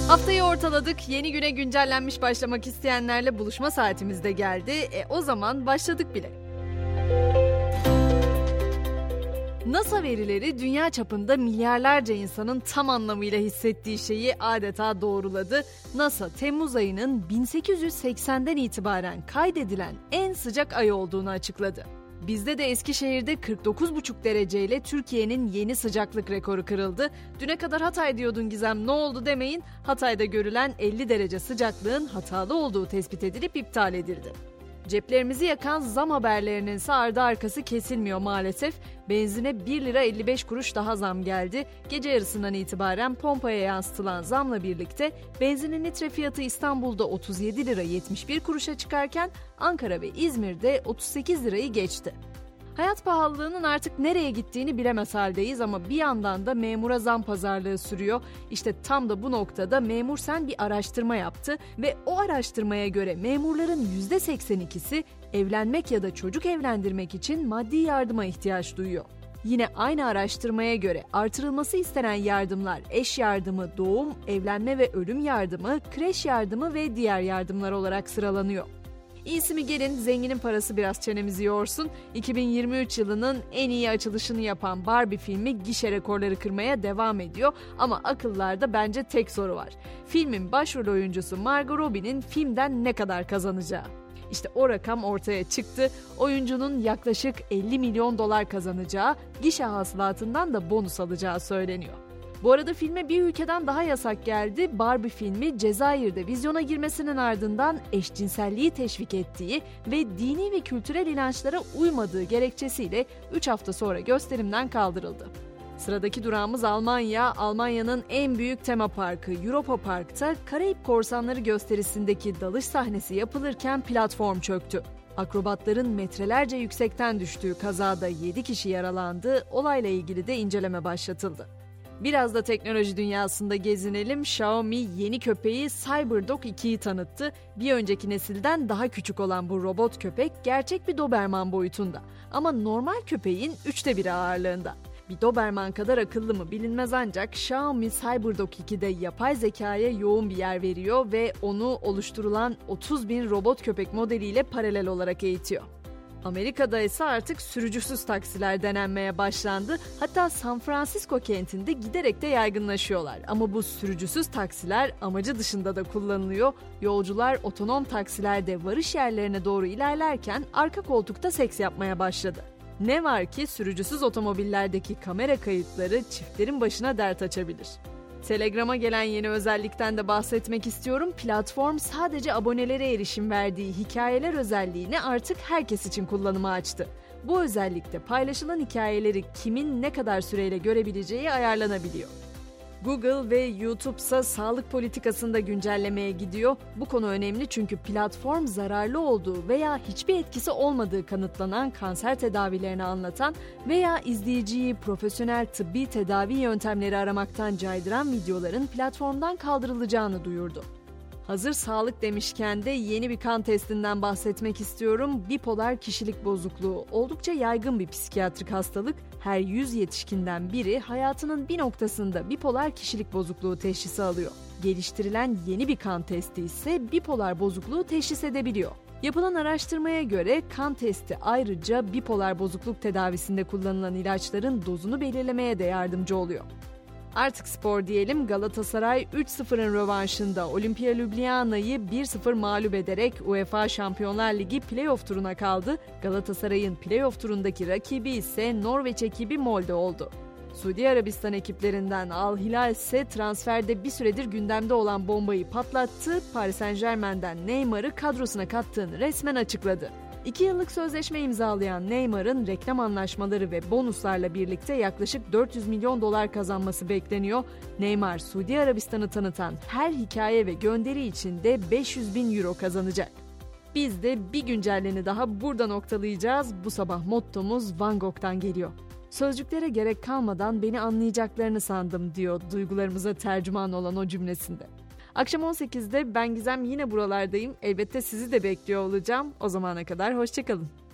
Haftayı ortaladık. Yeni güne güncellenmiş başlamak isteyenlerle buluşma saatimiz de geldi. O zaman başladık bile. NASA verileri dünya çapında milyarlarca insanın tam anlamıyla hissettiği şeyi adeta doğruladı. NASA, Temmuz ayının 1880'den itibaren kaydedilen en sıcak ay olduğunu açıkladı. Bizde de Eskişehir'de 49,5 dereceyle Türkiye'nin yeni sıcaklık rekoru kırıldı. Düne kadar Hatay diyordun Gizem, ne oldu demeyin. Hatay'da görülen 50 derece sıcaklığın hatalı olduğu tespit edilip iptal edildi. Ceplerimizi yakan zam haberlerinin ise ardı arkası kesilmiyor maalesef. Benzine 1 lira 55 kuruş daha zam geldi. Gece yarısından itibaren pompaya yansıtılan zamla birlikte benzinin litre fiyatı İstanbul'da 37 lira 71 kuruşa çıkarken Ankara ve İzmir'de 38 lirayı geçti. Hayat pahalılığının artık nereye gittiğini bilemez haldeyiz ama bir yandan da memura zam pazarlığı sürüyor. İşte tam da bu noktada Memur Sen bir araştırma yaptı ve o araştırmaya göre memurların %82'si evlenmek ya da çocuk evlendirmek için maddi yardıma ihtiyaç duyuyor. Yine aynı araştırmaya göre artırılması istenen yardımlar eş yardımı, doğum, evlenme ve ölüm yardımı, kreş yardımı ve diğer yardımlar olarak sıralanıyor. İyisi mi gelin zenginin parası biraz çenemizi yorsun. 2023 yılının en iyi açılışını yapan Barbie filmi gişe rekorları kırmaya devam ediyor. Ama akıllarda bence tek soru var. Filmin başrol oyuncusu Margot Robbie'nin filmden ne kadar kazanacağı. İşte o rakam ortaya çıktı. Oyuncunun yaklaşık 50 milyon dolar kazanacağı, gişe hasılatından da bonus alacağı söyleniyor. Bu arada filme bir ülkeden daha yasak geldi. Barbie filmi Cezayir'de vizyona girmesinin ardından eşcinselliği teşvik ettiği ve dini ve kültürel inançlara uymadığı gerekçesiyle 3 hafta sonra gösterimden kaldırıldı. Sıradaki durağımız Almanya. Almanya'nın en büyük tema parkı Europa Park'ta Karayip Korsanları gösterisindeki dalış sahnesi yapılırken platform çöktü. Akrobatların metrelerce yüksekten düştüğü kazada 7 kişi yaralandı. Olayla ilgili de inceleme başlatıldı. Biraz da teknoloji dünyasında gezinelim. Xiaomi yeni köpeği CyberDog 2'yi tanıttı. Bir önceki nesilden daha küçük olan bu robot köpek gerçek bir Doberman boyutunda. Ama normal köpeğin 1/3 ağırlığında. Bir Doberman kadar akıllı mı bilinmez ancak Xiaomi CyberDog 2'de yapay zekaya yoğun bir yer veriyor ve onu oluşturulan 30.000 robot köpek modeliyle paralel olarak eğitiyor. Amerika'da ise artık sürücüsüz taksiler denenmeye başlandı. Hatta San Francisco kentinde giderek de yaygınlaşıyorlar. Ama bu sürücüsüz taksiler amacı dışında da kullanılıyor. Yolcular otonom taksilerde varış yerlerine doğru ilerlerken arka koltukta seks yapmaya başladı. Ne var ki sürücüsüz otomobillerdeki kamera kayıtları çiftlerin başına dert açabilir. Telegram'a gelen yeni özellikten de bahsetmek istiyorum. Platform sadece abonelere erişim verdiği hikayeler özelliğini artık herkes için kullanıma açtı. Bu özellikte paylaşılan hikayeleri kimin ne kadar süreyle görebileceği ayarlanabiliyor. Google ve YouTube ise sağlık politikasında güncellemeye gidiyor. Bu konu önemli çünkü platform zararlı olduğu veya hiçbir etkisi olmadığı kanıtlanan kanser tedavilerini anlatan veya izleyiciyi profesyonel tıbbi tedavi yöntemleri aramaktan caydıran videoların platformdan kaldırılacağını duyurdu. Hazır sağlık demişken de yeni bir kan testinden bahsetmek istiyorum. Bipolar kişilik bozukluğu oldukça yaygın bir psikiyatrik hastalık. Her 100 yetişkinden biri hayatının bir noktasında bipolar kişilik bozukluğu teşhisi alıyor. Geliştirilen yeni bir kan testi ise bipolar bozukluğu teşhis edebiliyor. Yapılan araştırmaya göre kan testi ayrıca bipolar bozukluk tedavisinde kullanılan ilaçların dozunu belirlemeye de yardımcı oluyor. Artık spor diyelim. Galatasaray 3-0'ın rövanşında Olimpia Ljubljana'yı 1-0 mağlup ederek UEFA Şampiyonlar Ligi play-off turuna kaldı. Galatasaray'ın play-off turundaki rakibi ise Norveç ekibi Molde oldu. Suudi Arabistan ekiplerinden Al Hilal ise transferde bir süredir gündemde olan bombayı patlattı. Paris Saint-Germain'den Neymar'ı kadrosuna kattığını resmen açıkladı. 2 yıllık sözleşme imzalayan Neymar'ın reklam anlaşmaları ve bonuslarla birlikte yaklaşık 400 milyon dolar kazanması bekleniyor. Neymar, Suudi Arabistan'ı tanıtan her hikaye ve gönderi için de 500 bin euro kazanacak. Biz de bir güncelleni daha burada noktalayacağız. Bu sabah mottomuz Van Gogh'tan geliyor. Sözcüklere gerek kalmadan beni anlayacaklarını sandım diyor duygularımıza tercüman olan o cümlesinde. Akşam 18'de ben Gizem yine buralardayım. Elbette sizi de bekliyor olacağım. O zamana kadar hoşça kalın.